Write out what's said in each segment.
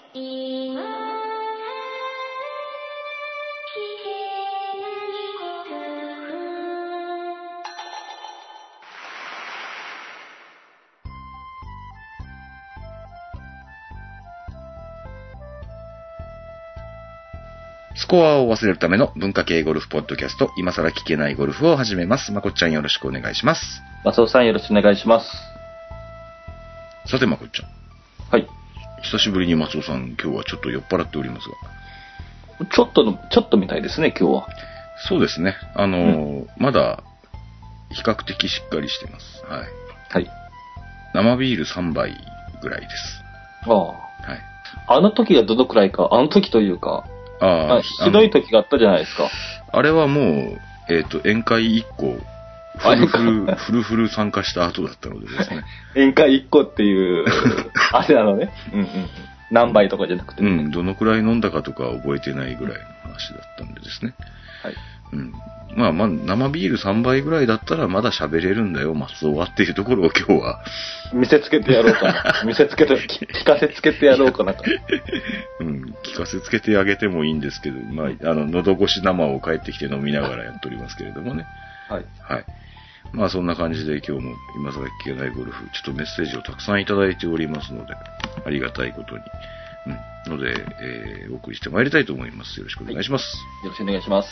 スコアを忘れるための文化系ゴルフポッドキャスト、今更聞けないゴルフを始めます。まこっちゃんよろしくお願いします。 松尾さんよろしくお願いします。 さてまこっちゃん。 はい。 久しぶりに松尾さん、今日はちょっと酔っ払っておりますが。 ちょっとみたいですね、今日は。 そうですね。まだ、比較的しっかりしてます。はい。 はい。 生ビール3杯ぐらいです。 ああ。はい。あの時がどのくらいか、あの時というか、ひどい時があったじゃないですか。 あれはもう、宴会1個、フルフル参加した後だったのでですね。 宴会1個っていう、あれなのね。うんうん。何杯とかじゃなくて、ね。 うん、どのくらい飲んだかとか覚えてないぐらいの話だったんでですね。 はい。 うん。まあ、生ビール3杯ぐらいだったらまだ喋れるんだよ、松尾はっていうところを今日は。 見せつけてやろうかな。聞かせつけてやろうかなと。 うん、聞かせつけてあげてもいいんですけど、まあ、喉越し生を帰ってきて飲みながらやっておりますけれどもね。 はい。 はい。まあ、そんな感じで今日も今更聞けないゴルフ、ちょっとメッセージをたくさんいただいておりますので、ありがたいことに。うん。ので、お送りしてまいりたいと思います。よろしくお願いします。 はい、よろしくお願いします。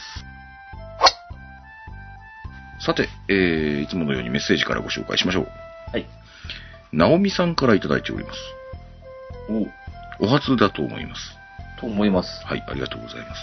さて、いつものようにメッセージからご紹介しましょう。 はい。 なおみさんからいただいております。お初だと思います。 と思います。 はい、ありがとうございます。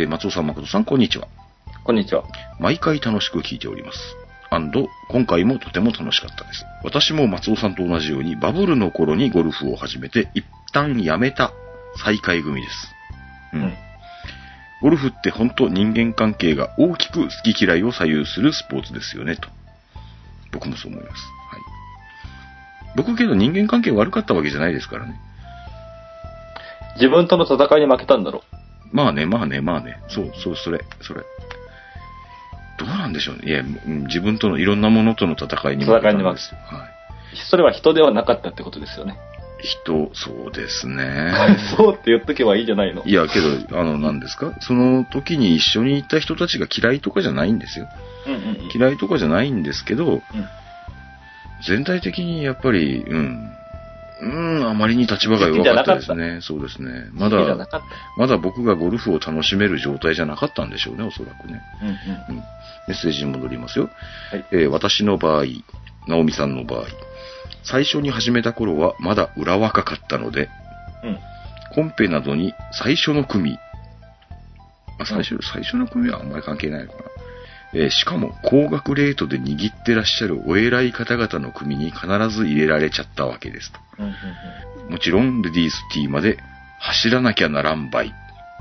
松尾さん、誠さん、こんにちは。 こんにちは。 毎回楽しく聞いております。今回もとても楽しかったです。私も松尾さんと同じようにバブルの頃にゴルフを始めて一旦やめた再開組です。うん。ゴルフって本当人間関係が大きく好き嫌いを左右するスポーツですよね、と。僕もそう思います。はい。僕けど人間関係悪かったわけじゃないですからね。 自分との戦いに負けたんだろう。まあね。そう、それ。どうなんでしょうね。いや、自分とのいろんなものとの戦いに負けたんですよ。はい。 それは人ではなかったってことですよね。 そうですね。 そうって言っとけばいいじゃないの。 いや、けど、何ですか？その時に一緒に行った人たちが嫌いとかじゃないんですよ。嫌いとかじゃないんですけど、全体的にやっぱり、あまりに立場が弱かったですね。そうですね。まだ僕がゴルフを楽しめる状態じゃなかったんでしょうね、おそらくね。メッセージに戻りますよ。はい。私の場合、直美さんの場合、最初に始めた頃はまだ裏若かったので、コンペなどに最初の組、最初の組はあんまり関係ないのかな。しかも高額レートで握ってらっしゃるお偉い方々の組に必ず入れられちゃったわけですと。もちろんレディースティーまで走らなきゃならんばい。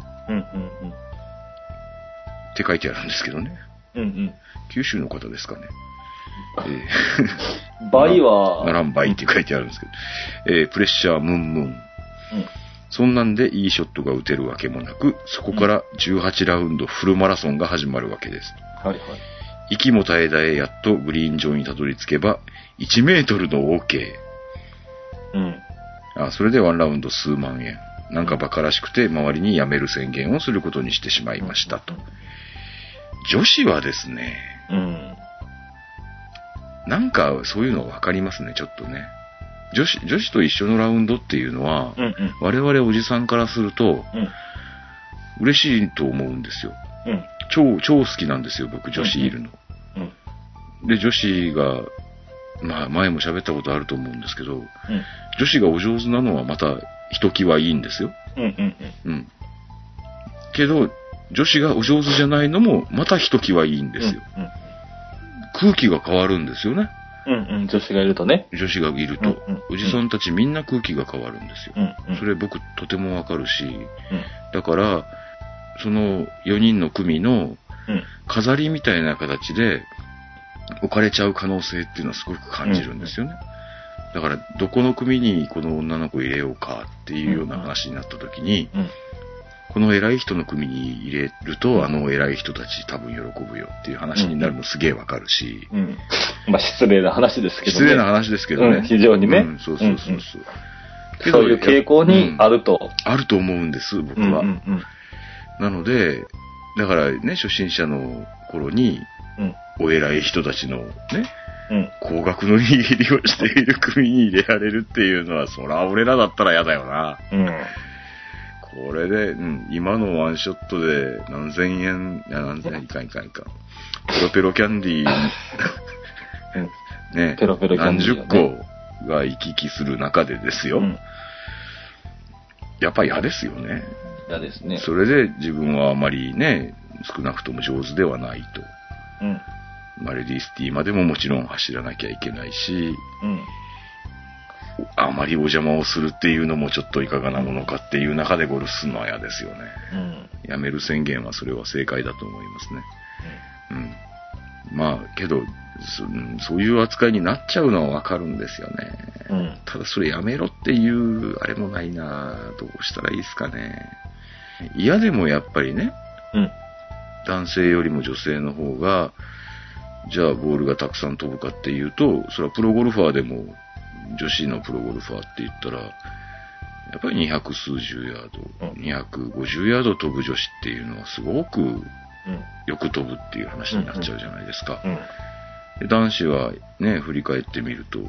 って書いてあるんですけどね。九州の方ですかね。 倍はならん倍って書いてあるんですけど、プレッシャームンムン。そんなんでいいショットが打てるわけもなく、そこから18ラウンドフルマラソンが始まるわけです。息も絶え絶えやっとグリーン上にたどり着けば、1メートルの OK。それでワンラウンド数万円。なんか馬鹿らしくて周りに辞める宣言をすることにしてしまいましたと。女子はですね、なんかそういうの分かりますね、ちょっとね。女子と一緒のラウンドっていうのは、我々おじさんからすると、嬉しいと思うんですよ。超好きなんですよ、僕、女子いるの。で、女子が、前も喋ったことあると思うんですけど、女子がお上手なのはまたひときわいいんですよ。けど、女子がお上手じゃないのもまたひときわいいんですよ。空気が変わるんですよね。 女子がいるとね。 女子がいると、おじさんたちみんな空気が変わるんですよ。それ僕とてもわかるし、だから、その4人の組の飾りみたいな形で置かれちゃう可能性っていうのはすごく感じるんですよね。だから、どこの組にこの女の子入れようかっていうような話になった時に、この偉い人の組に入れると、偉い人たち多分喜ぶよっていう話になるのすげえわかるし。 失礼な話ですけどね。 失礼な話ですけどね。 非常にね。 そう。 そういう傾向にあると。 あると思うんです、僕は。なので、だからね、初心者の頃に、お偉い人たちのね、高額の握りをしている組に入れられるっていうのは、そら俺らだったら嫌だよな。これで、今のワンショットで何千円、何千円いかん。ペロペロキャンディー、ね、 ペロペロキャンディー、 何十個が行き来する中でですよ。やっぱ嫌ですよね。 嫌ですね。 それで自分はあまりね、少なくとも上手ではないと。レディースティーまでももちろん走らなきゃいけないし、あまりお邪魔をするっていうのもちょっといかがなものかっていう中でゴルフするのは嫌ですよね。やめる宣言はそれは正解だと思いますね。まあけどそういう扱いになっちゃうのはわかるんですよね。ただそれやめろっていうあれもないな。どうしたらいいですかね。嫌でもやっぱりね、男性よりも女性の方がじゃあボールがたくさん飛ぶかっていうと、それはプロゴルファーでも女子のプロゴルファーって言ったらやっぱり200数十ヤード、250ヤード飛ぶ女子っていうのはすごくよく飛ぶっていう話になっちゃうじゃないですか。で男子はね、振り返ってみると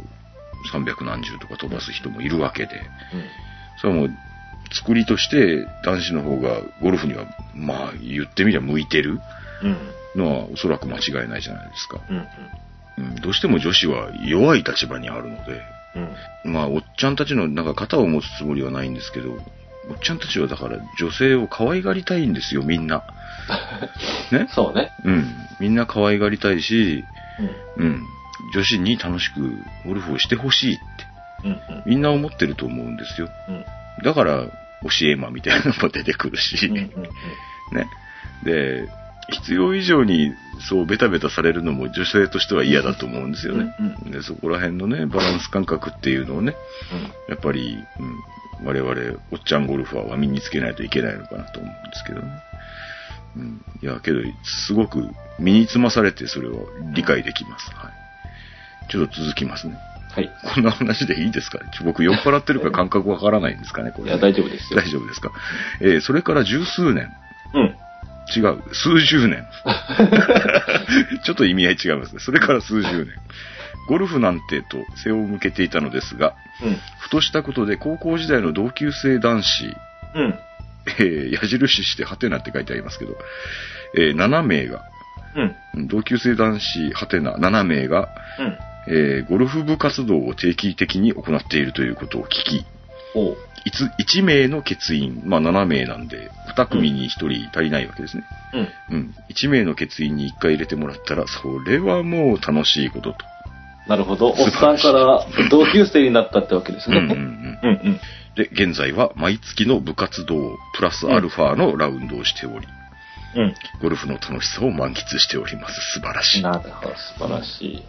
300何十とか飛ばす人もいるわけで、それはもう作りとして男子の方がゴルフにはまあ言ってみりゃ向いてるのはおそらく間違いないじゃないですか。どうしても女子は弱い立場にあるので、まあおっちゃんたちのなんか肩を持つつもりはないんですけど、おっちゃんたちはだから女性を可愛がりたいんですよ、みんな。ね。 そうね。 みんな可愛がりたいし、女子に楽しくゴルフをしてほしいって、みんな思ってると思うんですよ。だから教え魔みたいなのも出てくるし、ね。で、必要以上にそうベタベタされるのも女性としては嫌だと思うんですよね。でそこら辺のねバランス感覚っていうのをね、やっぱり、我々おっちゃんゴルファーは身につけないといけないのかなと思うんですけどね。いやけどすごく身につまされてそれを理解できます。ちょっと続きますね。こんな話でいいですか？僕酔っ払ってるから感覚わからないんですかね、これ、ね。 いや大丈夫ですよ。 大丈夫ですか？それから十数年。違う。数十年。ちょっと意味合い違いますね。それから数十年。ゴルフなんてと背を向けていたのですが、ふとしたことで高校時代の同級生男子、矢印してハテナって書いてありますけど、7名が、同級生男子ハテナ7名が、ゴルフ部活動を定期的に行っているということを聞き、1名の欠員、まあ7名なんで、2組に1人足りないわけですね。1名の欠員に1回入れてもらったら、それはもう楽しいことと。 なるほど。おっさんから同級生になったってわけですね。 で、現在は毎月の部活動プラスアルファのラウンドをしており、ゴルフの楽しさを満喫しております。素晴らしい。 なるほど、素晴らしい。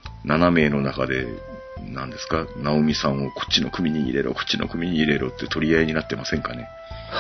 7名の中で、何ですか、直美さんをこっちの組に入れろ、こっちの組に入れろって取り合いになってませんかね。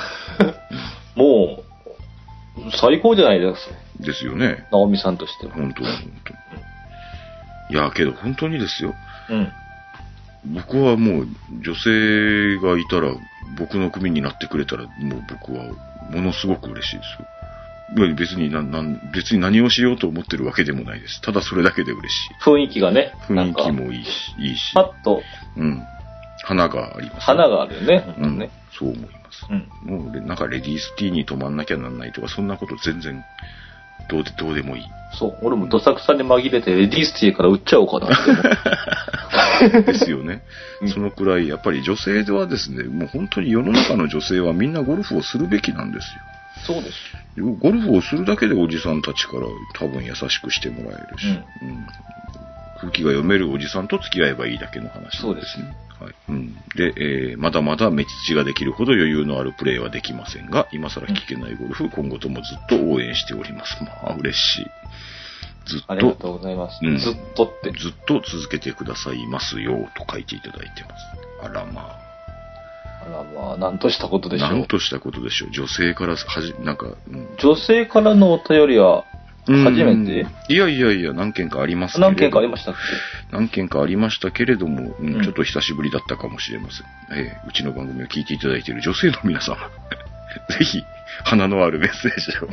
もう、最高じゃないですか。 ですよね。 直美さんとしては。 本当に。いや、けど本当にですよ。僕はもう女性がいたら、僕の組になってくれたら、もう僕はものすごく嬉しいですよ。別に何をしようと思ってるわけでもないです。ただそれだけで嬉しい。 雰囲気がね。 雰囲気もいいし。 パッと。 花があります、ね。 花があるよね。 そう思います。もうなんかレディースティーに泊まんなきゃなんないとか、そんなこと全然どうでもいい。 そう、俺もどさくさに紛れてレディースティーから売っちゃおうかなって思って。 ですよね。そのくらい、やっぱり女性ではですね、もう本当に世の中の女性はみんなゴルフをするべきなんですよ。 そうです。 ゴルフをするだけでおじさんたちから多分優しくしてもらえるし、空気が読めるおじさんと付き合えばいいだけの話ですね。そうですね。で、まだまだ目土ができるほど余裕のあるプレーはできませんが、今更聞けないゴルフ、今後ともずっと応援しております。まあ、嬉しい。ずっと。 ありがとうございます。ずっとって。 ずっと続けてくださいますよ、と書いていただいてます。あらまあ、 なんとしたことでしょう。 なんとしたことでしょう。女性から女性からのお便りは、 初めて？ いや、何件かありますけれど。 何件かありましたっけ？ 何件かありましたけれども、ちょっと久しぶりだったかもしれません。うちの番組を聞いていただいている女性の皆様、ぜひ、花のあるメッセージを。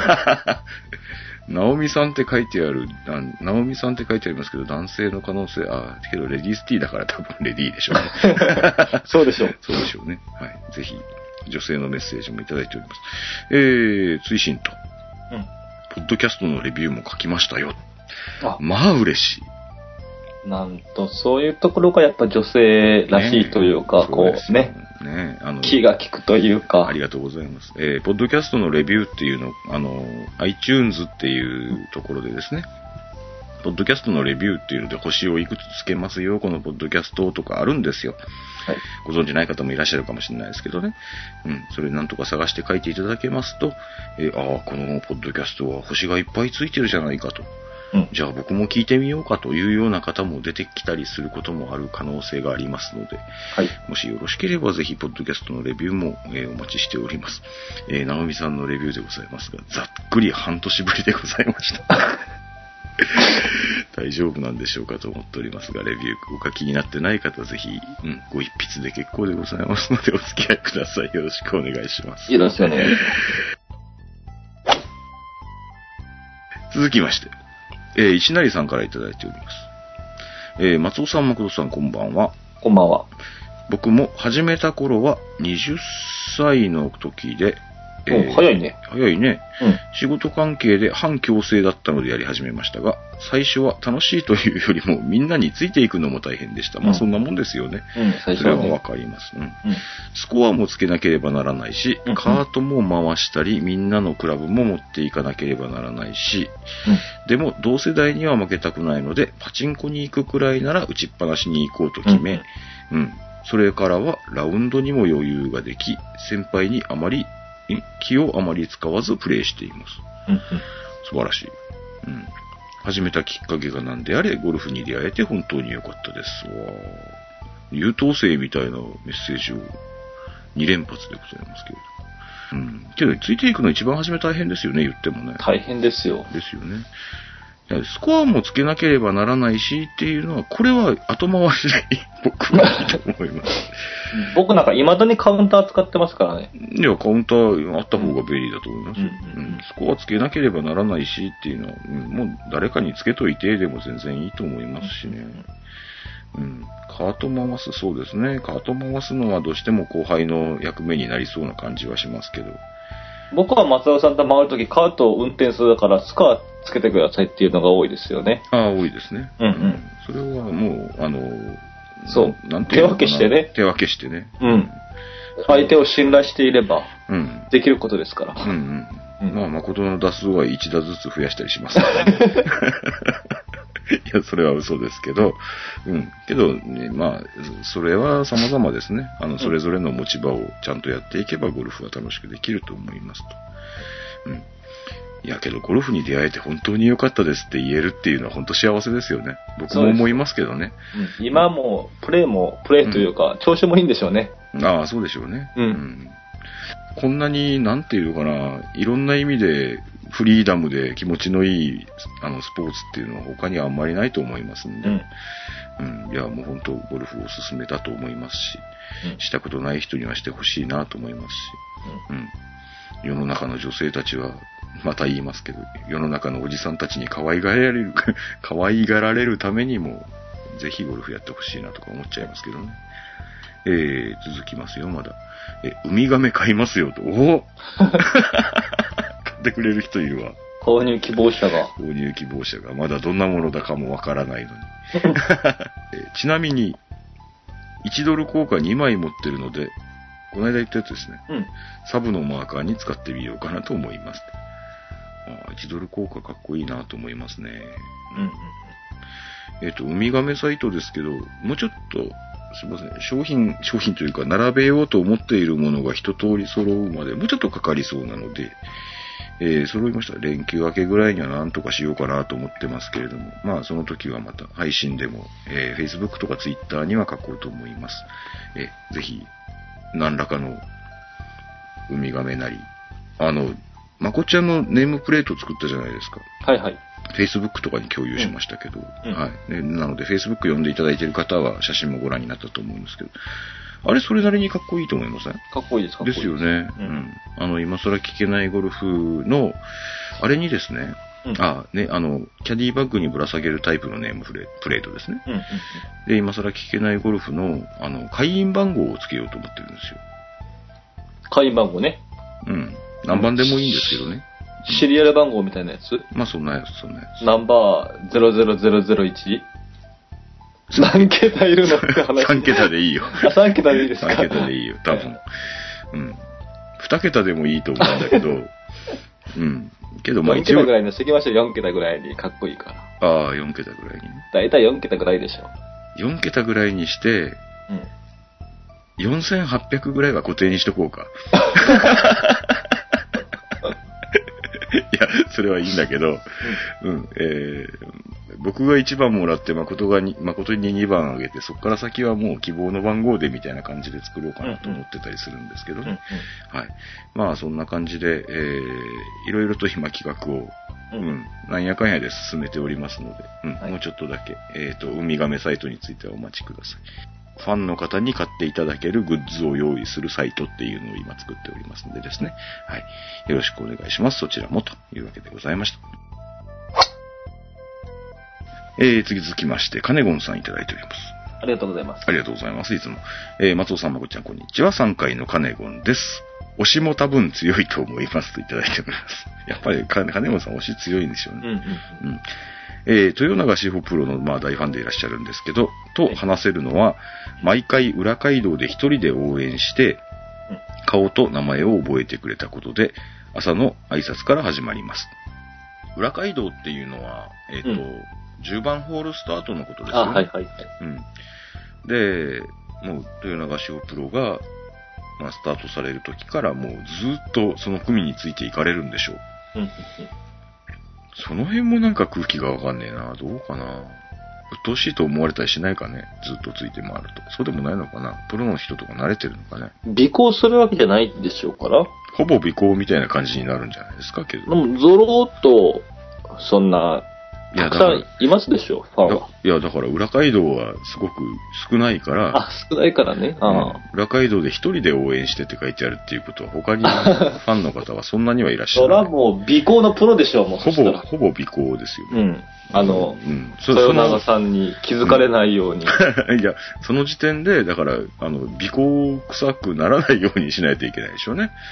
ナオミさんって書いてありますけど、男性の可能性、けどレディース T だから多分レディーでしょうね。 そうでしょう。 そうでしょうね。はい。ぜひ、女性のメッセージもいただいております。追伸と、ポッドキャストのレビューも書きましたよ。まあ嬉しい。 なんと、そういうところがやっぱ女性らしいというか、気が利くというか。 ありがとうございます。ポッドキャストのレビューっていうの、iTunes っていうところでですね、ポッドキャストのレビューっていうので星をいくつつけますよ、このポッドキャストとかあるんですよ。はい。ご存知ない方もいらっしゃるかもしれないですけどね。それなんとか探して書いていただけますと、このポッドキャストは星がいっぱいついてるじゃないかと。じゃあ僕も聞いてみようかというような方も出てきたりすることもある可能性がありますので、はい、もしよろしければぜひポッドキャストのレビューも、お待ちしております。ナオミさんのレビューでございますが、ざっくり半年ぶりでございました。大丈夫なんでしょうかと思っておりますが、レビューお書きになってない方はぜひ、ご一筆で結構でございますのでお付き合いください。よろしくお願いします。 よろしくお願いします。 続きまして、石成さんからいただいております。松尾さん、誠さん、こんばんは。 こんばんは。 僕も始めた頃は20歳の時で、 早いね。 早いね。仕事関係で半強制だったのでやり始めましたが、最初は楽しいというよりもみんなについていくのも大変でした。そんなもんですよね。 最初はね。それはもうわかります。スコアもつけなければならないし、カートも回したり、みんなのクラブも持っていかなければならないし、でも同世代には負けたくないので、パチンコに行くくらいなら打ちっぱなしに行こうと決め、それからはラウンドにも余裕ができ、先輩に気をあまり使わずプレイしています。素晴らしい。始めたきっかけが何であれ、ゴルフに出会えて本当に良かったです。優等生みたいなメッセージを2連発でございますけれど。けど、ついていくの一番初め大変ですよね、言ってもね。 大変ですよ。 ですよね。スコアもつけなければならないしっていうのは、これは後回しで僕はいいと思います。 僕なんか未だにカウンター使ってますからね。 いや、カウンターあった方が便利だと思います。スコアつけなければならないしっていうのは、もう誰かにつけといてでも全然いいと思いますしね。カート回す、そうですね。カート回すのはどうしても後輩の役目になりそうな感じはしますけど。 僕は松尾さんと回るときカートを運転するからスコアつけてくださいっていうのが多いですよね。 多いですね。それはもう、 そう。手分けしてね。 手分けしてね。 相手を信頼していれば、できることですから。 誠の打数は1打ずつ増やしたりしますからね。いや、それは嘘ですけど、けど、ね、それは様々ですね。それぞれの持ち場をちゃんとやっていけばゴルフは楽しくできると思いますと。いや、けどゴルフに出会えて本当に良かったですって言えるっていうのは本当幸せですよね。僕も思いますけどね。 今もプレーというか、調子もいいんでしょうね。 そうでしょうね。こんなに、なんていうのかな、いろんな意味でフリーダムで気持ちのいいスポーツっていうのは他にはあんまりないと思いますんで、いや、もう本当ゴルフを進めたと思いますし、したことない人にはしてほしいなと思いますし、世の中の女性たちは、また言いますけど、世の中のおじさんたちに可愛がられるためにも、ぜひゴルフやってほしいなとか思っちゃいますけどね。続きますよ、まだ。ウミガメ買いますよと。買ってくれる人いるわ。 購入希望者が。まだどんなものだかもわからないのに。ちなみに、1ドル硬貨2枚持ってるので、この間言ったやつですね。サブのマーカーに使ってみようかなと思います。1ドル硬貨かっこいいなと思いますね。ウミガメサイトですけど、もうちょっと、すみません。商品というか、並べようと思っているものが一通り揃うまで、もうちょっとかかりそうなので、揃いました。連休明けぐらいには何とかしようかなと思ってますけれども、その時はまた配信でも、Facebook とか Twitter には書こうと思います。ぜひ、何らかのウミガメなり、 まこっちゃんのネームプレートを作ったじゃないですか。 はいはい。 Facebook とかに共有しましたけど、はい。なので Facebook 読んでいただいている方は写真もご覧になったと思うんですけど、あれそれなりにかっこいいと思いません？ かっこいいです、かっこいいです。 ですよね。今更聞けないゴルフの、あれにですね、キャディバッグにぶら下げるタイプのネームプレートですね。で、今更聞けないゴルフの、会員番号をつけようと思ってるんですよ。 会員番号ね。 何番でもいいんですけどね。 シリアル番号みたいなやつ？ まあ、そんなやつ。 ナンバー 00001？ 何桁いるのって話。 3桁でいいよ。 3桁でいいですか？ 3 桁でいいよ、多分。2桁でもいいと思うんだけど、けどまあ 4桁ぐらいにしてきましょう。4桁ぐらいにかっこいいから。 ああ、4桁ぐらいにね。 だいたい4桁ぐらいでしょ。 4桁ぐらいにして、4800ぐらいは固定にしとこうか。いや、それはいいんだけど、僕が1番もらって誠に2番あげて、そこから先はもう希望の番号でみたいな感じで作ろうかなと思ってたりするんですけどね。はい。まあそんな感じで、いろいろと今企画を、なんやかんやで進めておりますので、もうちょっとだけ、ウミガメサイトについてはお待ちください。ファンの方に買っていただけるグッズを用意するサイトっていうのを今作っておりますのでですね。はい。よろしくお願いします。そちらもというわけでございました。次続きまして、カネゴンさんいただいております。 ありがとうございます。 ありがとうございます。いつも。松尾さん、まこちゃん、こんにちは。3回のカネゴンです。推しも多分強いと思いますといただいております。やっぱりカネゴンさん推し強いんでしょうね。豊永志保プロの、大ファンでいらっしゃるんですけど、と話せるのは、毎回裏街道で一人で応援して、顔と名前を覚えてくれたことで、朝の挨拶から始まります。裏街道っていうのは、10番ホールスタートのことですよね。で、もう豊永志保プロが、スタートされる時からもうずっとその組についていかれるんでしょう。その辺もなんか空気がわかんねえな。どうかな。鬱陶しいと思われたりしないかね。ずっとついて回ると。そうでもないのかな。プロの人とか慣れてるのかね。 尾行するわけじゃないでしょうから。 ほぼ尾行みたいな感じになるんじゃないですかけど。 でもゾローっと、そんな、たくさんいますでしょ、ファンは。 いや、だから裏街道はすごく少ないから。 少ないからね。 裏街道で一人で応援してって書いてあるっていうことは、他にファンの方はそんなにはいらっしゃる。 そらもう尾行のプロでしょう、もう。 ほぼ尾行ですよ。 豊永さんに気づかれないように。 いや、その時点で、だから、尾行臭くならないようにしないといけないでしょうね。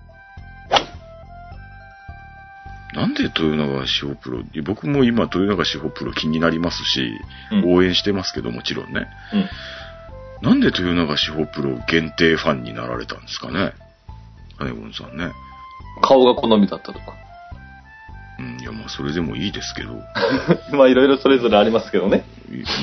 なんで豊永志保プロ、僕も今豊永志保プロ気になりますし、応援してますけどもちろんね。なんで豊永志保プロ限定ファンになられたんですかね。カネゴンさんね。 顔が好みだったとか。 いや、それでもいいですけど。 いろいろそれぞれありますけどね。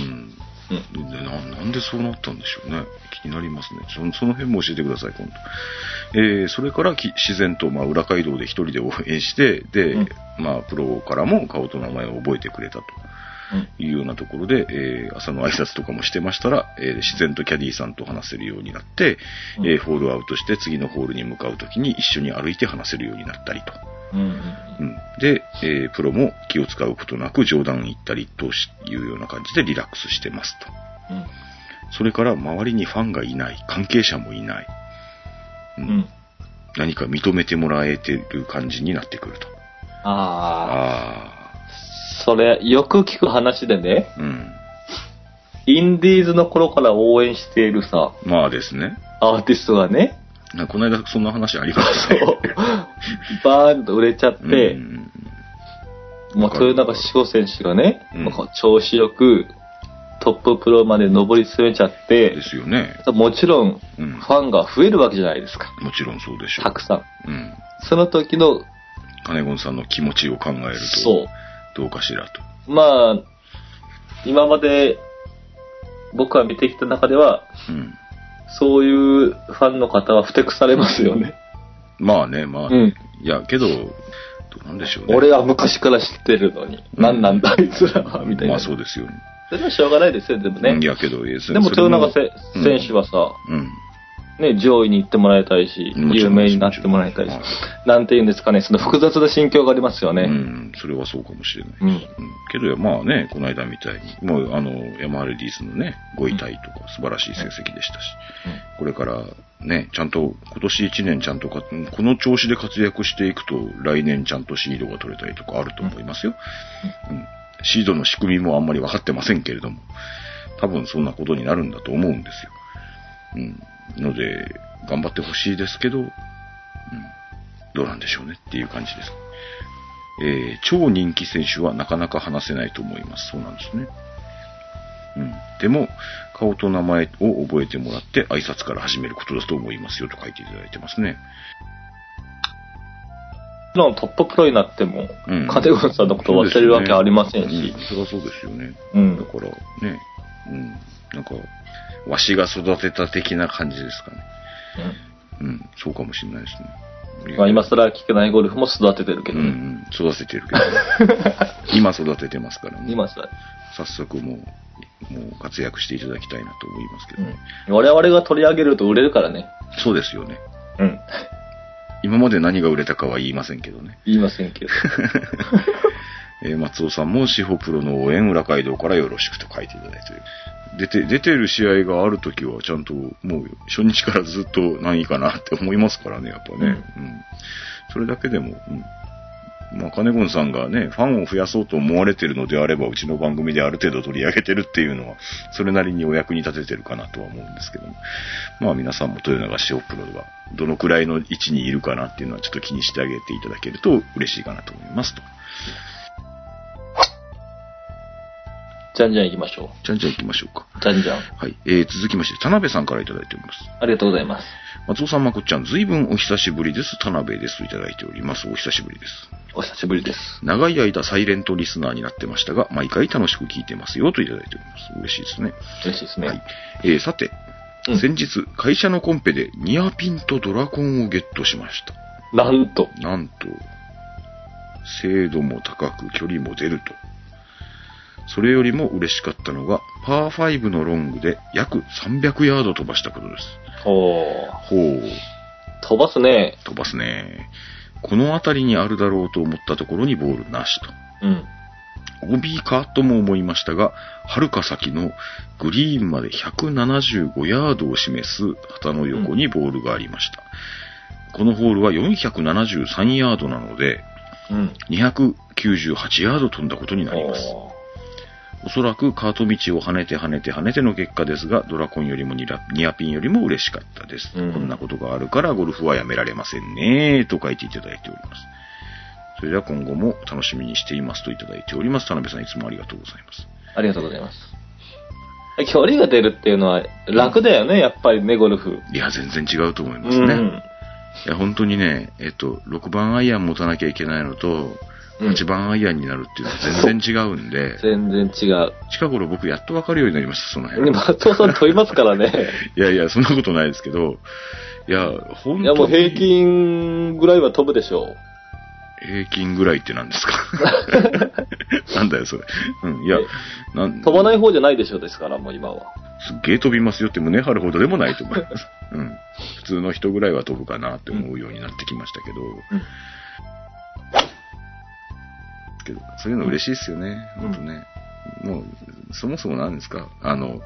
なんでそうなったんでしょうね。気になりますね。その辺も教えてください、今度。それから自然と、裏街道で一人で応援して、で、プロからも顔と名前を覚えてくれたというようなところで、朝の挨拶とかもしてましたら、自然とキャディーさんと話せるようになって、ホールアウトして次のホールに向かうときに一緒に歩いて話せるようになったりと。で、プロも気を使うことなく冗談言ったりというような感じでリラックスしてますと。それから周りにファンがいない、関係者もいない。何か認めてもらえてる感じになってくると。 それ、よく聞く話でね。インディーズの頃から応援しているさ。 ですね。 アーティストがね。 この間そんな話ありましたね。 バーンと売れちゃって、豊永志保選手がね、調子よくトッププロまで上り詰めちゃって、 ですよね。 もちろん、ファンが増えるわけじゃないですか。 もちろんそうでしょう。 たくさん。その時の、 カネゴンさんの気持ちを考えると、どうかしらと。 今まで僕が見てきた中では、そういうファンの方はふてくされますよね。 いや、けど、どうなんでしょうね。 俺は昔から知ってるのに、なんなんだあいつらは、みたいな。 そうですよね。 それはしょうがないですよ、でもね。 いや、けど、 でも豊永選手はさ、 ね、上位に行ってもらいたいし、有名になってもらいたいし、なんていうんですかね、その複雑な心境がありますよね。 うん、それはそうかもしれないです。うん。けど、まあね、この間みたいに、もうヤマハレディースのね、5位タイとか素晴らしい成績でしたし、これからね、ちゃんと、今年1年ちゃんとこの調子で活躍していくと、来年ちゃんとシードが取れたりとかあると思いますよ。シードの仕組みもあんまり分かってませんけれども、多分そんなことになるんだと思うんですよ。ので、頑張ってほしいですけど、どうなんでしょうねっていう感じです。超人気選手はなかなか話せないと思います。そうなんですね。でも、顔と名前を覚えてもらって挨拶から始めることだと思いますよと書いていただいてますね。 トッププロになっても、カテゴンさんのことを忘れるわけありませんし。 そりゃそうですよね。だからね、なんか、わしが育てた的な感じですかね。そうかもしれないですね。 まあ今更聞けないゴルフも育ててるけどね。 育ててるけど、ね。今育ててますからね。 今育て早速もう活躍していただきたいなと思いますけどね。 我々が取り上げると売れるからね。 そうですよね。今まで何が売れたかは言いませんけどね。 言いませんけど。 松尾さんも司法プロの応援裏街道からよろしくと書いていただいてる。出てる試合があるときはちゃんともう初日からずっと何位かなって思いますからね、やっぱね。それだけでも、まあ、金子さんがね、ファンを増やそうと思われてるのであれば、うちの番組である程度取り上げてるっていうのは、それなりにお役に立ててるかなとは思うんですけども。まあ皆さんも豊永司法プロがどのくらいの位置にいるかなっていうのはちょっと気にしてあげていただけると嬉しいかなと思いますと。 じゃんじゃん行きましょう。 じゃんじゃん行きましょうか。 じゃんじゃん。 はい。続きまして、田辺さんからいただいております。 ありがとうございます。 松尾さん、まこっちゃん、随分お久しぶりです。田辺です。いただいております。お久しぶりです。 お久しぶりです。 長い間サイレントリスナーになってましたが、毎回楽しく聞いてますよといただいております。嬉しいですね。 嬉しいですね。 はい。さて、先日、会社のコンペでニアピンとドラコンをゲットしました。 なんと、 精度も高く距離も出ると。それよりも嬉しかったのが、パー5のロングで約300ヤード飛ばしたことです。 飛ばすね。 飛ばすね。この辺りにあるだろうと思ったところにボールなしと。OB かとも思いましたが、遥か先のグリーンまで175ヤードを示す旗の横にボールがありました。このホールは473ヤードなので、298ヤード飛んだことになります。おそらくカート道を跳ねての結果ですが、ドラコンよりもニアピンよりも嬉しかったです。こんなことがあるからゴルフはやめられませんねと書いていただいております。それでは今後も楽しみにしていますといただいております。田辺さん、いつもありがとうございます。 ありがとうございます。距離が出るっていうのは楽だよね、やっぱりね、ゴルフ。 いや、全然違うと思いますね。いや、本当にね、6番アイアン持たなきゃいけないのと、8番アイアンになるっていうのは全然違うんで。 全然違う。 近頃僕やっと分かるようになりました、その辺。 松尾さん飛びますからね。 いや、そんなことないですけど、いや、本当に。 いや、もう平均ぐらいは飛ぶでしょう。 平均ぐらいって何ですかなんだよ、それ。いや、 飛ばない方じゃないでしょですから、もう今は。 すっげえ飛びますよって胸張るほどでもないと思います。普通の人ぐらいは飛ぶかなって思うようになってきましたけど。そういうの嬉しいですよね。本当ね。もう、そもそも何ですか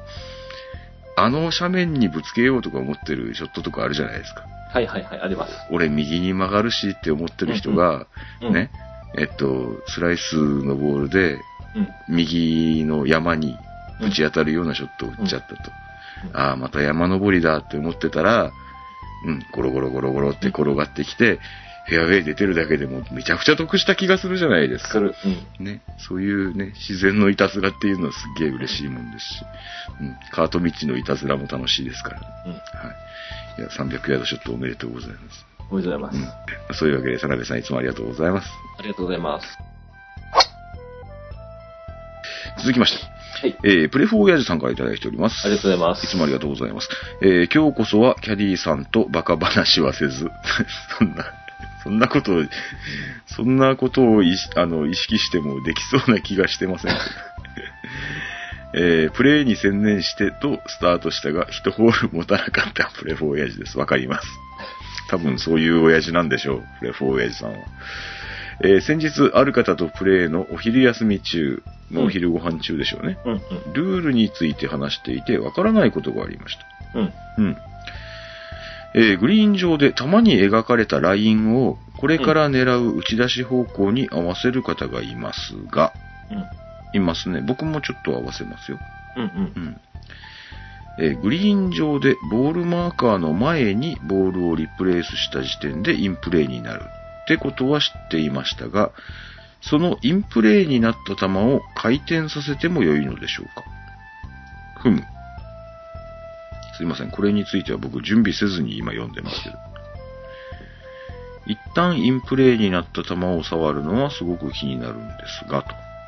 斜面にぶつけようとか思ってるショットとかあるじゃないですか。 はいはいはい、あります。 俺右に曲がるしって思ってる人が、ね、スライスのボールで、右の山にぶち当たるようなショットを打っちゃったと。ああ、また山登りだって思ってたら、ゴロゴロって転がってきて、フェアウェイ出てるだけでもめちゃくちゃ得した気がするじゃないですか。ね、そういうね、自然のいたずらっていうのはすっげえ嬉しいもんですし、カート道のいたずらも楽しいですから。はい。いや、300ヤードショットおめでとうございます。 おめでとうございます。 そういうわけで、田辺さんいつもありがとうございます。 ありがとうございます。 続きまして。プレフォー親父さんからいただいております。 ありがとうございます。 いつもありがとうございます。今日こそはキャディーさんとバカ話はせず、そんなことを意識してもできそうな気がしてません。 プレイに専念してとスタートしたが、1ホール持たなかったプレフォー親父です。わかります。多分そういう親父なんでしょう、プレフォー親父さんは。先日、ある方とプレイのお昼休み中、お昼ご飯中でしょうね。ルールについて話していて、わからないことがありました。グリーン上でたまに描かれたラインをこれから狙う打ち出し方向に合わせる方がいますが、いますね。僕もちょっと合わせますよ。グリーン上でボールマーカーの前にボールをリプレイスした時点でインプレーになるってことは知っていましたが、そのインプレーになった球を回転させても良いのでしょうか。すいません。これについては僕準備せずに今読んでますけど。一旦インプレーになった球を触るのはすごく気になるんですが、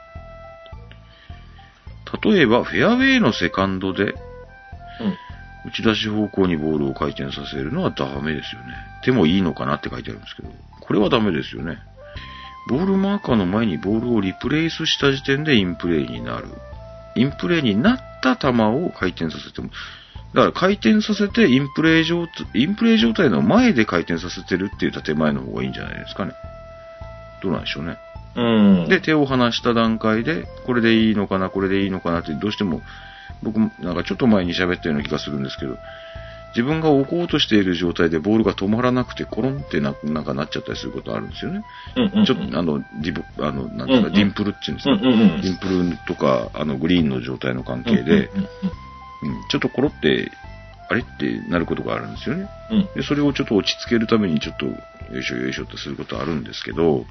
と。例えば、フェアウェイのセカンドで、打ち出し方向にボールを回転させるのはダメですよね。でもいいのかなって書いてあるんですけど、これはダメですよね。ボールマーカーの前にボールをリプレイスした時点でインプレーになる。インプレーになった球を回転させても、だから回転させてインプレー状態の前で回転させてるっていう建前の方がいいんじゃないですかね。どうなんでしょうね。で、手を離した段階で、これでいいのかな、これでいいのかなって、どうしても、僕もなんかちょっと前に喋ったような気がするんですけど、自分が置こうとしている状態でボールが止まらなくて、コロンってなんかなっちゃったりすることあるんですよね。ちょっと、なんていうか、ディンプルっていうんですか。ディンプルとか、グリーンの状態の関係で、ちょっとコロって、あれってなることがあるんですよね。で、それをちょっと落ち着けるためにちょっと、よいしょよいしょってすることあるんですけど、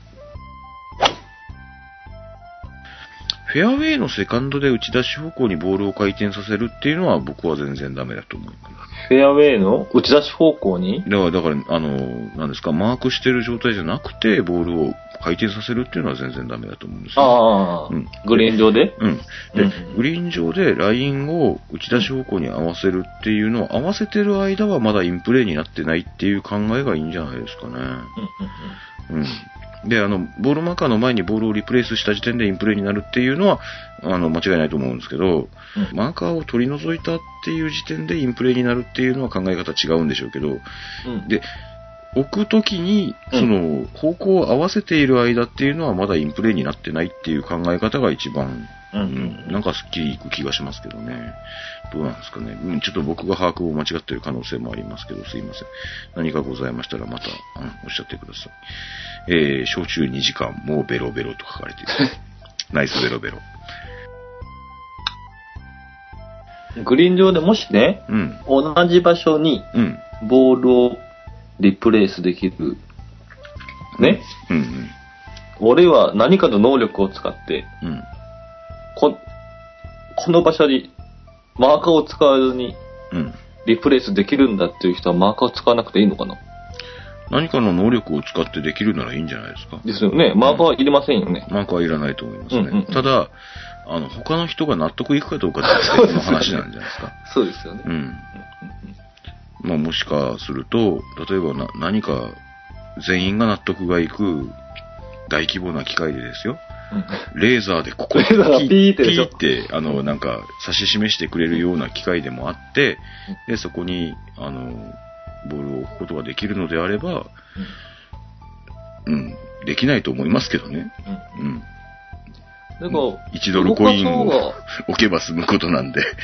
フェアウェイのセカンドで打ち出し方向にボールを回転させるっていうのは僕は全然ダメだと思います。 フェアウェイの打ち出し方向に？ だから何ですか、マークしてる状態じゃなくて、ボールを回転させるっていうのは全然ダメだと思うんですよ。 グリーン上で？ で、グリーン上でラインを打ち出し方向に合わせるっていうのを合わせてる間はまだインプレーになってないっていう考えがいいんじゃないですかね。で、ボールマーカーの前にボールをリプレイスした時点でインプレーになるっていうのは、間違いないと思うんですけど、マーカーを取り除いたっていう時点でインプレーになるっていうのは考え方違うんでしょうけど、で、置くときに、方向を合わせている間っていうのはまだインプレーになってないっていう考え方が一番、なんかスッキリいく気がしますけどね。どうなんですかね。ちょっと僕が把握を間違っている可能性もありますけど、すいません。何かございましたらまた、おっしゃってください。焼酎2時間、もうベロベロと書かれている。ナイスベロベロ。 グリーン上でもしね、同じ場所に、ボールをリプレイスできる。ね。俺は何かの能力を使って、この場所にマーカーを使わずにリプレイスできるんだっていう人はマーカーを使わなくていいのかな？ 何かの能力を使ってできるならいいんじゃないですか。 ですよね。マーカーはいりませんよね。 マーカーはいらないと思いますね。ただ、他の人が納得いくかどうかっていう話なんじゃないですか。 そうですよね。 もしかすると、例えば何か全員が納得がいく大規模な機械でですよ。レーザーでここにピーってなんか指し示してくれるような機械でもあって、でそこにボールを置くことができるのであれば、できないと思いますけどね。 だから 1ドルコインを置けば済むことなんで。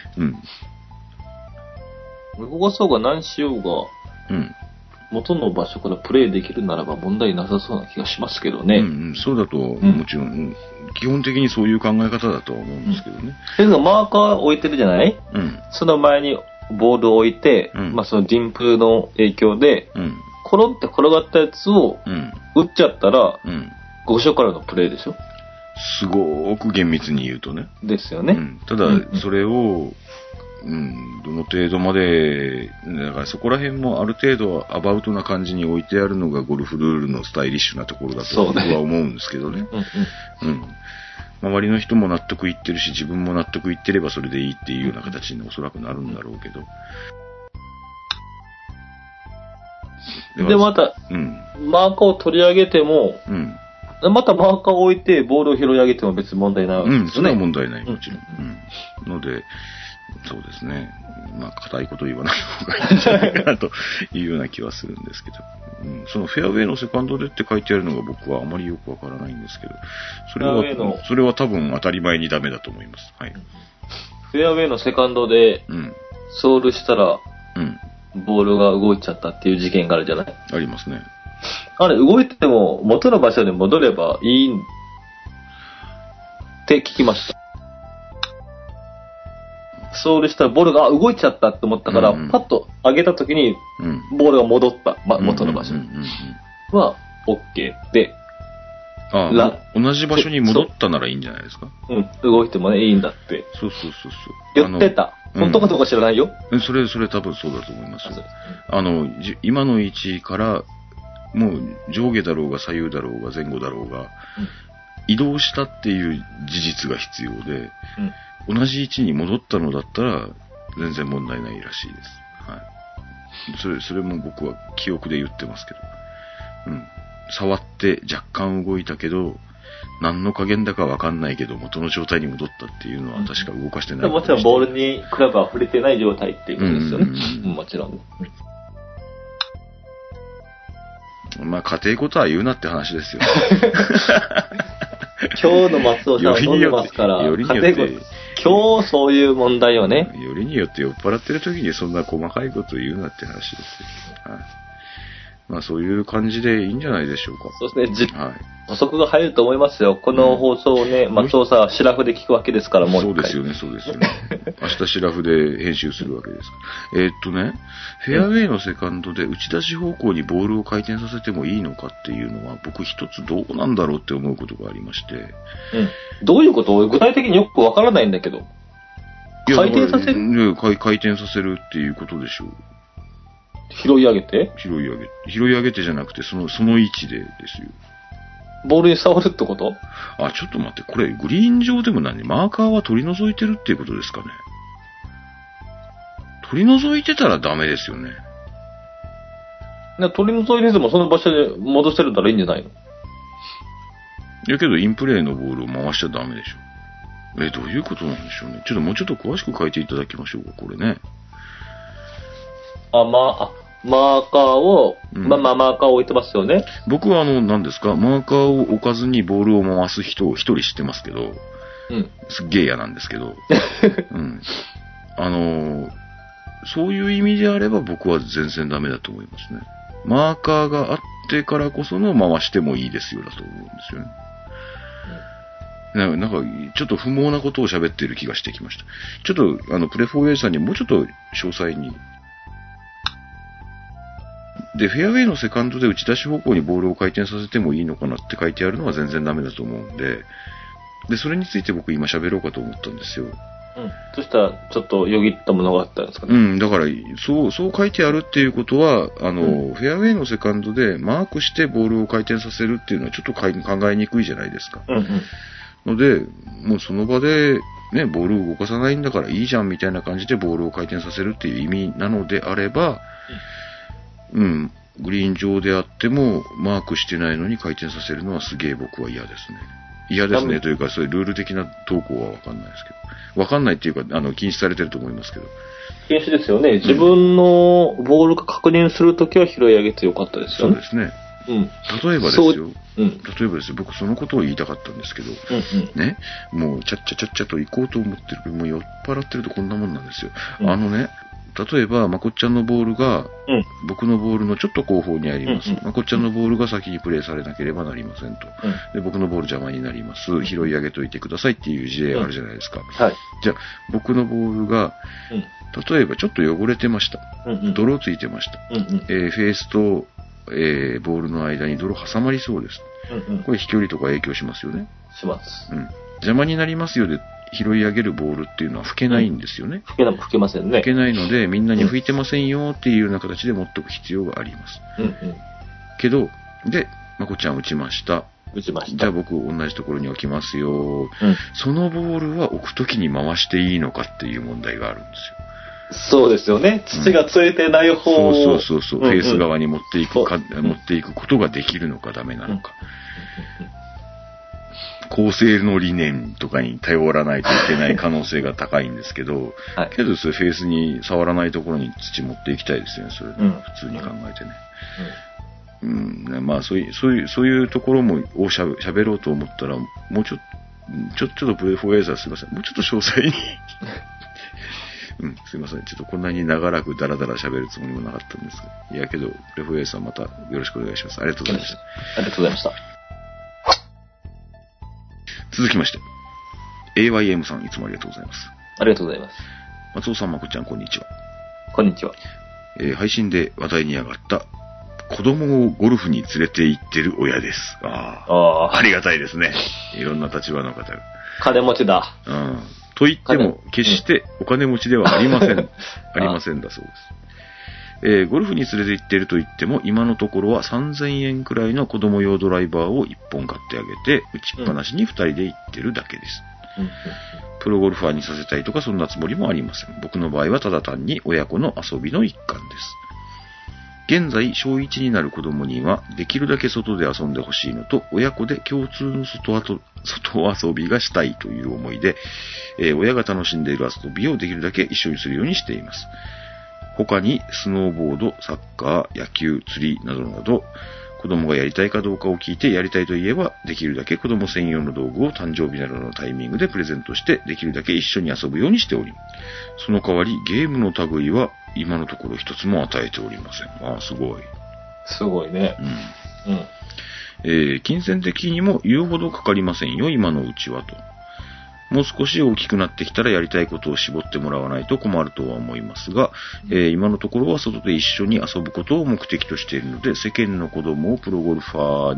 動かそうが何しようが、元の場所からプレイできるならば問題なさそうな気がしますけどね。 そうだと、もちろん、基本的にそういう考え方だとは思うんですけどね。 マーカー置いてるじゃない？その前にボールを置いて、そのディンプルの影響で、コロンって転がったやつを打っちゃったら、5所からのプレイでしょ？ すごく厳密に言うとね。 ですよね。 ただ、それを、どの程度まで、だからそこら辺もある程度アバウトな感じに置いてあるのがゴルフルールのスタイリッシュなところだと僕は思うんですけどね。周りの人も納得いってるし、自分も納得いってればそれでいいっていうような形におそらくなるんだろうけど。 で、また、マーカーを取り上げても、 またマーカーを置いて、ボールを拾い上げても別に問題ないわけですよね。 それは問題ない、もちろん。ので、そうですね。硬いこと言わない方がいいんじゃないかなというような気はするんですけど。そのフェアウェイのセカンドでって書いてあるのが僕はあまりよくわからないんですけど、それは多分当たり前にダメだと思います。はい。 フェアウェイのセカンドで、ソールしたら、ボールが動いちゃったっていう事件があるじゃない？ ありますね。 あれ、動いても元の場所に戻ればいいって聞きました。ソールしたらボールが動いちゃったって思ったから、パッと上げた時に、ボールが戻った、元の場所に。は、OK で、 同じ場所に戻ったならいいんじゃないですか？ 動いてもね、いいんだって。 そう。 言ってた。本当かどうか知らないよ。 それ多分そうだと思いますよ。今の位置から、もう上下だろうが左右だろうが前後だろうが、移動したっていう事実が必要で、同じ位置に戻ったのだったら全然問題ないらしいです。はい。それも僕は記憶で言ってますけど。触って若干動いたけど、何の加減だかわかんないけど元の状態に戻ったっていうのは確か動かしてない。 もちろんボールにクラブは触れてない状態っていうことですよね。もちろん。 家庭ことは言うなって話ですよ。 今日の松尾さんは飲んでますから、今日そういう問題をね。 よりによって酔っ払ってる時にそんな細かいことを言うなって話ですよ。そういう感じでいいんじゃないでしょうか。 そうですね。補足が入ると思いますよ。この放送をね、松尾さんはシラフで聞くわけですから、もう一回。 そうですよね。明日シラフで編集するわけですから。フェアウェイのセカンドで打ち出し方向にボールを回転させてもいいのかっていうのは、僕一つどうなんだろうって思うことがありまして。 どういうこと？具体的によくわからないんだけど。回転させる？ 回転させるっていうことでしょう。 拾い上げて拾い上げてじゃなくて、その位置でですよ。 ボールに触るってこと？ ちょっと待って、これグリーン上でもマーカーは取り除いてるっていうことですかね。取り除いてたらダメですよね。 取り除いててもその場所で戻せるならいいんじゃないの？ いやけどインプレーのボールを回しちゃダメでしょ。どういうことなんでしょうね。もうちょっと詳しく書いていただきましょうか、これね。 マーカーを、マーカーを置いてますよね。 僕は何ですか、マーカーを置かずにボールを回す人を一人知ってますけど、すっげえ嫌なんですけど、そういう意味であれば僕は全然ダメだと思いますね。マーカーがあってからこその回してもいいですよだと思うんですよね。なんか、ちょっと不毛なことを喋っている気がしてきました。ちょっと、プレフォーエイさんにもうちょっと詳細に。で、フェアウェイのセカンドで打ち出し方向にボールを回転させてもいいのかなって書いてあるのは全然ダメだと思うんで、それについて僕今喋ろうかと思ったんですよ。 そしたら、ちょっとよぎったものがあったんですかね。 だから、そう書いてあるっていうことは、フェアウェイのセカンドでマークしてボールを回転させるっていうのはちょっと考えにくいじゃないですか。ので、もうその場で、ね、ボールを動かさないんだからいいじゃんみたいな感じでボールを回転させるっていう意味なのであれば、グリーン上であってもマークしてないのに回転させるのはすげえ僕は嫌ですね。嫌ですねというか、そういうルール的な投稿はわかんないですけど。わかんないっていうか、禁止されてると思いますけど。 禁止ですよね。自分のボールが確認するときは拾い上げてよかったですよね。 そうですね。例えばですよ。例えばですよ。僕そのことを言いたかったんですけど、ね、もうちゃっちゃと行こうと思ってる。もう酔っ払ってるとこんなもんなんですよ。例えば、まこっちゃんのボールが、僕のボールのちょっと後方にあります。まこっちゃんのボールが先にプレーされなければなりませんと。で、僕のボール邪魔になります。拾い上げといてくださいっていう事例があるじゃないですか。じゃあ、僕のボールが、例えばちょっと汚れてました。泥ついてました。フェースと、ボールの間に泥挟まりそうです。これ飛距離とか影響しますよね。 します。 邪魔になりますよで、拾い上げるボールっていうのは吹けないんですよね。 吹けませんね。 吹けないので、みんなに吹いてませんよっていうような形で持っておく必要があります。けど、で、まこちゃん打ちました。じゃあ僕同じところに置きますよ。そのボールは置くときに回していいのかっていう問題があるんですよ。そうですよね。土がついてない方を。 そう。フェース側に持っていくことができるのかダメなのか。 構成の理念とかに頼らないといけない可能性が高いんですけど、はい、けどそれフェースに触らないところに土持っていきたいですよね、それ、普通に考えてね。まあそういうところを喋ろうと思ったら、もうちょっとプレフォーエーザーすいません。もうちょっと詳細に。すいません。ちょっとこんなに長らくダラダラ喋るつもりもなかったんですが。いやけど、プレフォーエーザーまたよろしくお願いします。ありがとうございました。 ありがとうございました。 続きまして、AYM さんいつもありがとうございます。 ありがとうございます。 松尾さん、まこちゃん、こんにちは。 こんにちは。 配信で話題に上がった子供をゴルフに連れて行ってる親です。ありがたいですね。いろんな立場の方が。 金持ちだ。 と言っても、決してお金持ちではありません。ありませんだそうです。ゴルフに連れて行っていると言っても、今のところは3000円くらいの子供用ドライバーを1本買ってあげて、打ちっぱなしに2人で行ってるだけです。プロゴルファーにさせたいとかそんなつもりもありません。僕の場合はただ単に親子の遊びの一環です。現在、小1になる子供には、できるだけ外で遊んでほしいのと、親子で共通の外遊びがしたいという思いで、親が楽しんでいる遊びをできるだけ一緒にするようにしています。他に、スノーボード、サッカー、野球、釣りなどなど、子供がやりたいかどうかを聞いて、やりたいと言えば、できるだけ子供専用の道具を誕生日などのタイミングでプレゼントして、できるだけ一緒に遊ぶようにしており、その代わりゲームの類は今のところ一つも与えておりません。すごい。 すごいね。 金銭的にも言うほどかかりませんよ、今のうちはと。もう少し大きくなってきたらやりたいことを絞ってもらわないと困るとは思いますが、今のところは外で一緒に遊ぶことを目的としているので、世間の子供をプロゴルファ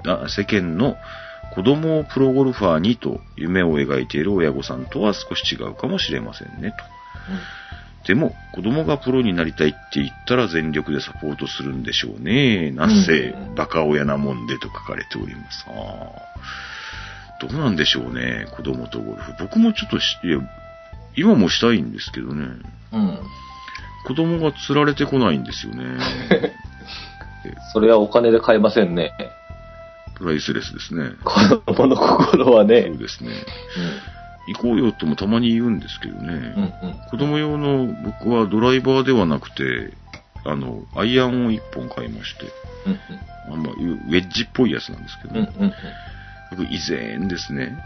ーにと夢を描いている親御さんとは少し違うかもしれませんねと。でも、子供がプロになりたいって言ったら全力でサポートするんでしょうね。なんせ、バカ親なもんでと書かれております。どうなんでしょうね、子供とゴルフ。僕もちょっと今もしたいんですけどね。子供が釣られてこないんですよね。 それはお金で買えませんね。 プライスレスですね。 子供の心はね。 そうですね。行こうよともたまに言うんですけどね。子供用の僕はドライバーではなくて、アイアンを1本買いまして。ウェッジっぽいやつなんですけどね。僕以前ですね、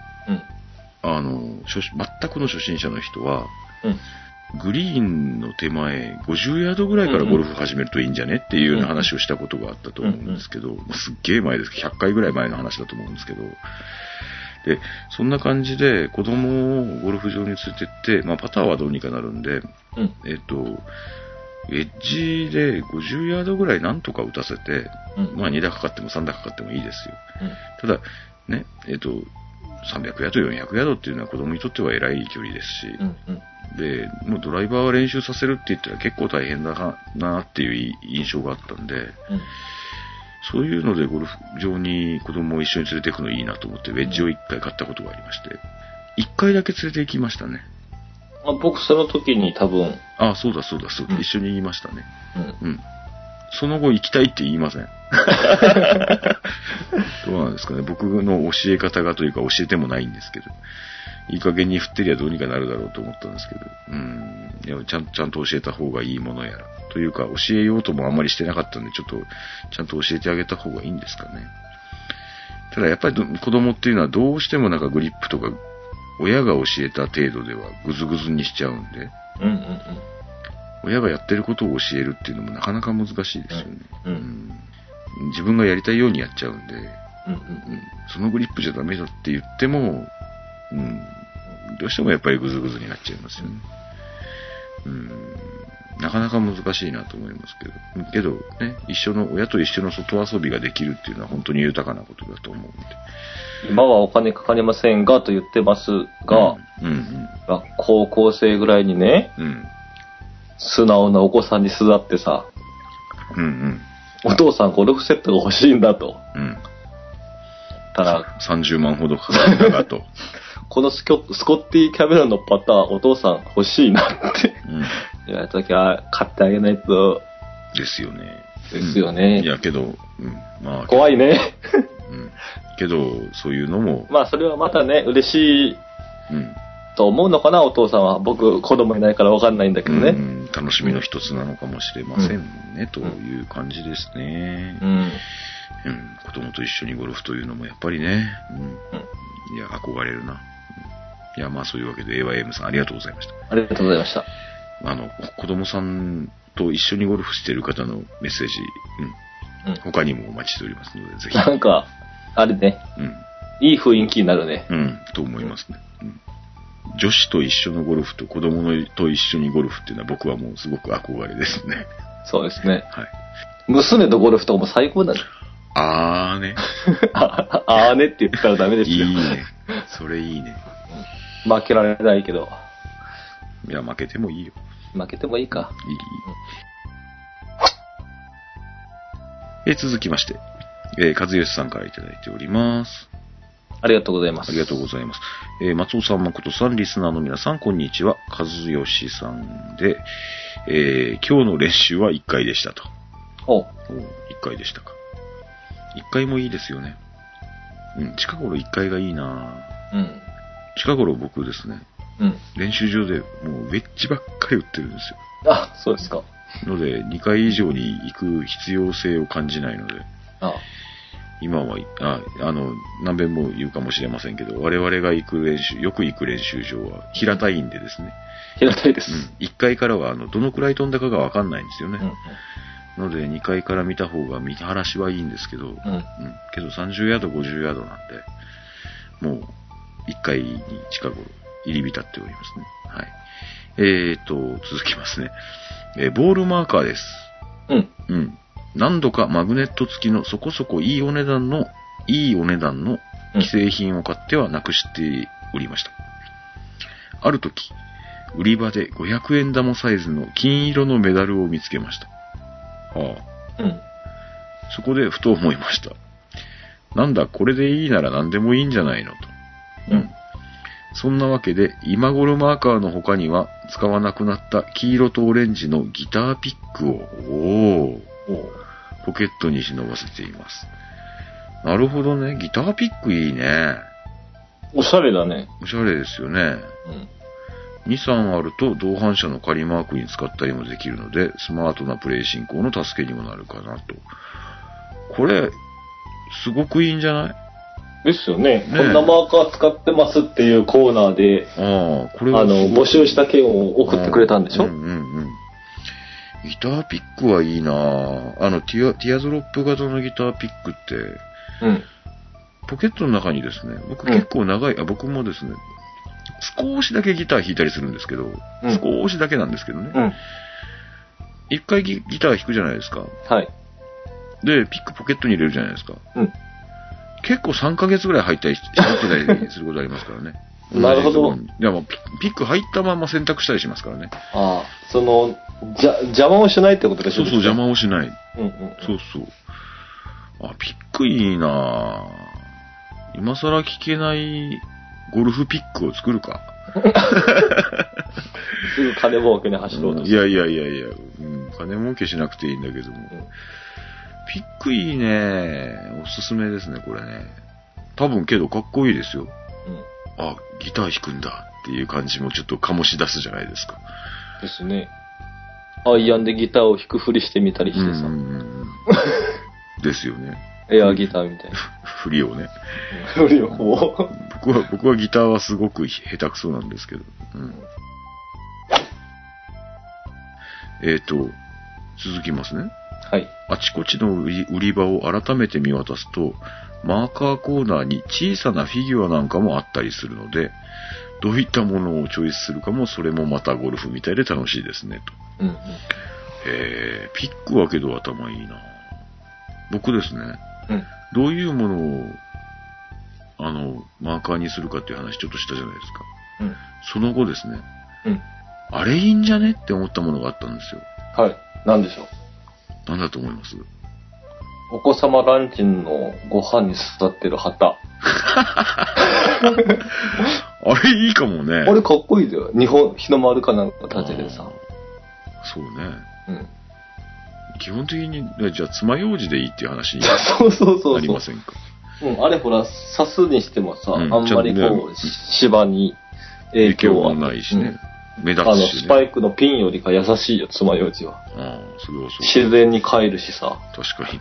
全くの初心者の人は、グリーンの手前50ヤードぐらいからゴルフ始めるといいんじゃねっていうような話をしたことがあったと思うんですけど、すっげえ前です。100回ぐらい前の話だと思うんですけど、で、そんな感じで子供をゴルフ場に連れてって、パターはどうにかなるんで、エッジで50ヤードぐらいなんとか打たせて、2打かかっても3打かかってもいいですよ。ただ、ね、300ヤード、400ヤードっていうのは子供にとっては偉い距離ですし、で、もうドライバーは練習させるって言ったら結構大変だなっていう印象があったんで、そういうのでゴルフ場に子供を一緒に連れて行くのいいなと思ってウェッジを1回買ったことがありまして、1回だけ連れて行きましたね。 僕その時に多分。 そうだ、一緒に言いましたね。その後行きたいって言いません。どうなんですかね。僕の教え方がというか教えてもないんですけど、いい加減に振ってりゃどうにかなるだろうと思ったんですけど、いやちゃんと教えた方がいいものやら。というか教えようともあんまりしてなかったんで、ちょっとちゃんと教えてあげた方がいいんですかね。ただやっぱり子供っていうのはどうしてもグリップとか親が教えた程度ではグズグズにしちゃうんで、親がやってることを教えるっていうのもなかなか難しいですよね。自分がやりたいようにやっちゃうんで、そのグリップじゃダメだって言っても、どうしてもやっぱりグズグズになっちゃいますよね。なかなか難しいなと思いますけどね、親と一緒の外遊びができるっていうのは本当に豊かなことだと思うんで。 今はお金かかりませんがと言ってますが、高校生ぐらいにね、素直なお子さんに育ってさ、お父さんゴルフセットが欲しいんだと。 ただ30万ほどかかったかと。 このスコッティ・キャメロンのパターお父さん欲しいなって言われたときは買ってあげないと。 ですよね。 ですよね。 いやけど、 怖いね。 けど、そういうのも。 まあ、それはまたね、嬉しい。と思うのかな、お父さんは。僕、子供いないから分かんないんだけどね。 楽しみの一つなのかもしれませんね、という感じですね。子供と一緒にゴルフというのもやっぱりね、いや、憧れるな。いや、まあそういうわけで AYM さんありがとうございました。 ありがとうございました。 子供さんと一緒にゴルフしている方のメッセージ、他にもお待ちしておりますので、ぜひ。 なんか、あれね、いい雰囲気になるね。 と思いますね。女子と一緒のゴルフと子供と一緒にゴルフっていうのは僕はもうすごく憧れですね。 そうですね。はい。娘とゴルフとかも最高だね。 ね。 ねって言ったらダメですよ。 いいね。それいいね。 負けられないけど。 いや、負けてもいいよ。 負けてもいいか。 続きまして、和義さんからいただいております。 ありがとうございます。 ありがとうございます。松尾さん、誠さん、リスナーの皆さん、こんにちは。和義さんで、今日の練習は1回でしたと。1回でしたか。1回もいいですよね。近頃1回がいいな近頃僕ですね、練習場でもうウェッジばっかり打ってるんですよ。あ、そうですか。 ので、2回以上に行く必要性を感じないので、今は、何遍も言うかもしれませんけど、我々がよく行く練習場は平たいんでですね。 平たいです。 1階からは、どのくらい飛んだかがわかんないんですよね。ので、2階から見た方が見晴らしはいいんですけど、けど30ヤード、50ヤードなんで、もう、1階に近頃入り浸っておりますね。はい。続きますね。ボールマーカーです。何度かマグネット付きのそこそこいいお値段の既製品を買ってはなくしておりました。ある時、売り場で500円玉サイズの金色のメダルを見つけました。そこでふと思いました。なんだ、これでいいなら何でもいいんじゃないのと。そんなわけで、今頃マーカーの他には使わなくなった黄色とオレンジのギターピックを、ポケットに忍ばせています。なるほどね。ギターピックいいね。 おしゃれだね。 おしゃれですよね。2、3あると同伴者の仮マークに使ったりもできるので、スマートなプレイ進行の助けにもなるかなと。これ、すごくいいんじゃない？ ですよね。こんなマーカー使ってますっていうコーナーで、 これは募集した件を送ってくれたんでしょ？ ギターピックはいいなぁ。ティアドロップ型のギターピックって、ポケットの中にですね、僕結構長い、僕もですね、少しだけギター弾いたりするんですけど、少しだけなんですけどね。一回ギター弾くじゃないですか。 はい。 で、ピックポケットに入れるじゃないですか。結構3ヶ月ぐらい入ったりしてたりすることありますからね。 なるほど。 いや、もうピック入ったまま洗濯したりしますからね。 邪魔をしないってことでしょ？ そう、邪魔をしない。そうそう。ピックいいなぁ。今更聞けないゴルフピックを作るか。 すぐ金儲けに走ろうとして。 いや、金儲けしなくていいんだけども。ピックいいね。おすすめですね、これね。多分けどかっこいいですよ。ギター弾くんだっていう感じもちょっと醸し出すじゃないですか。 ですね。アイアンでギターを弾くふりしてみたりしてさ。 ですよね。 エアギターみたいな。 振りをね。 振りをもう。 僕はギターはすごく下手くそなんですけど。続きますね。 はい。 あちこちの売り場を改めて見渡すと、マーカーコーナーに小さなフィギュアなんかもあったりするので、どういったものをチョイスするかも、それもまたゴルフみたいで楽しいですね、と。ピックはけど頭いいな。僕ですね、どういうものを、マーカーにするかっていう話ちょっとしたじゃないですか。その後ですね、あれいいんじゃねって思ったものがあったんですよ。 はい。何でしょう？ 何だと思います？ お子様ランチのご飯に座ってる旗。 あれいいかもね。 あれかっこいいだよ。日の丸かなんか立ててさ。 そうね。基本的に、じゃあ爪楊枝でいいっていう話になりませんか？ あれほら、刺すにしてもさ、あんまりこう、芝に影響はないしね。目立つし、ね。 スパイクのピンよりか優しいよ、爪楊枝は。 それはそう。 自然に帰るしさ。 確かに。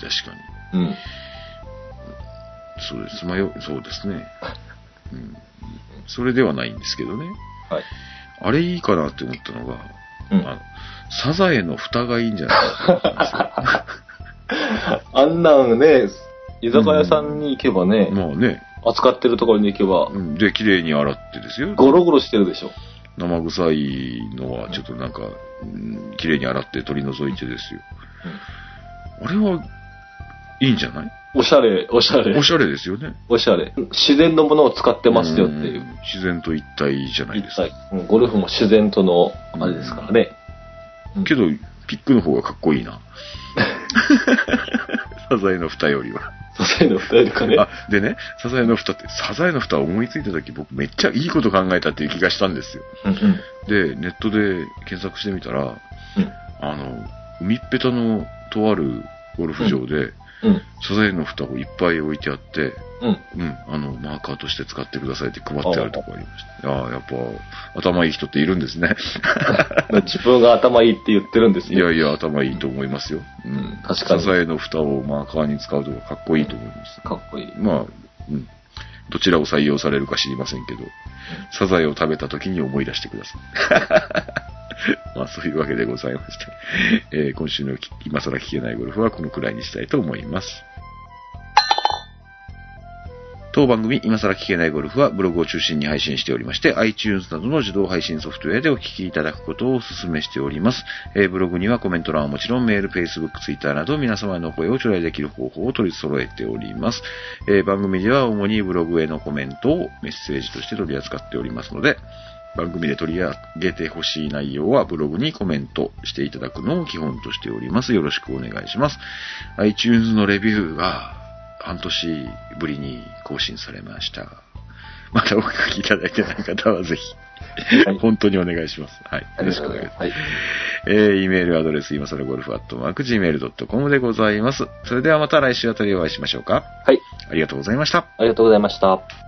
そうです。そうですね。それではないんですけどね。 はい。 あれいいかなって思ったのが、サザエの蓋がいいんじゃないかな。 あんなんね、居酒屋さんに行けばね、 まあね。 扱ってるところに行けば。 で、綺麗に洗ってですよ。 ゴロゴロしてるでしょ。 生臭いのはちょっとなんか、綺麗に洗って取り除いてですよ。あれはいいんじゃない？ おしゃれ。 おしゃれですよね。 おしゃれ。自然のものを使ってますよっていう。 自然と一体じゃないですか。 ゴルフも自然との、あれですからね。 けど、ピックの方がかっこいいな。サザエの蓋よりは。 サザエの蓋よりかね。 でね、サザエの蓋思いついた時僕めっちゃいいこと考えたっていう気がしたんですよ。で、ネットで検索してみたら、海っぺたのとあるゴルフ場で、サザエの蓋をいっぱい置いてあって、マーカーとして使ってくださいって配ってあるとこありました。やっぱ、頭いい人っているんですね。 自分が頭いいって言ってるんですね。 いや、頭いいと思いますよ。 確かに。 サザエの蓋をマーカーに使うとかかっこいいと思います。 かっこいい。 どちらを採用されるか知りませんけど、サザエを食べた時に思い出してください。そういうわけでございまして、今週の今更聞けないゴルフはこのくらいにしたいと思います。当番組今更聞けないゴルフはブログを中心に配信しておりまして iTunes などの自動配信ソフトウェアでお聞きいただくことをお勧めしております。ブログにはコメント欄はもちろんメール、Facebook、Twitter など皆様の声を頂戴できる方法を取り揃えております。番組では主にブログへのコメントをメッセージとして取り扱っておりますので、番組で取り上げてほしい内容はブログにコメントしていただくのを基本としております。よろしくお願いします。iTunes のレビューが半年ぶりに更新されました。またお書きいただいてない方はぜひ、本当にお願いします。よろしくお願いします。E メールアドレス、今更ゴルフ@gmail.com でございます。それではまた来週あたりお会いしましょうか。 はい。 ありがとうございました。 ありがとうございました。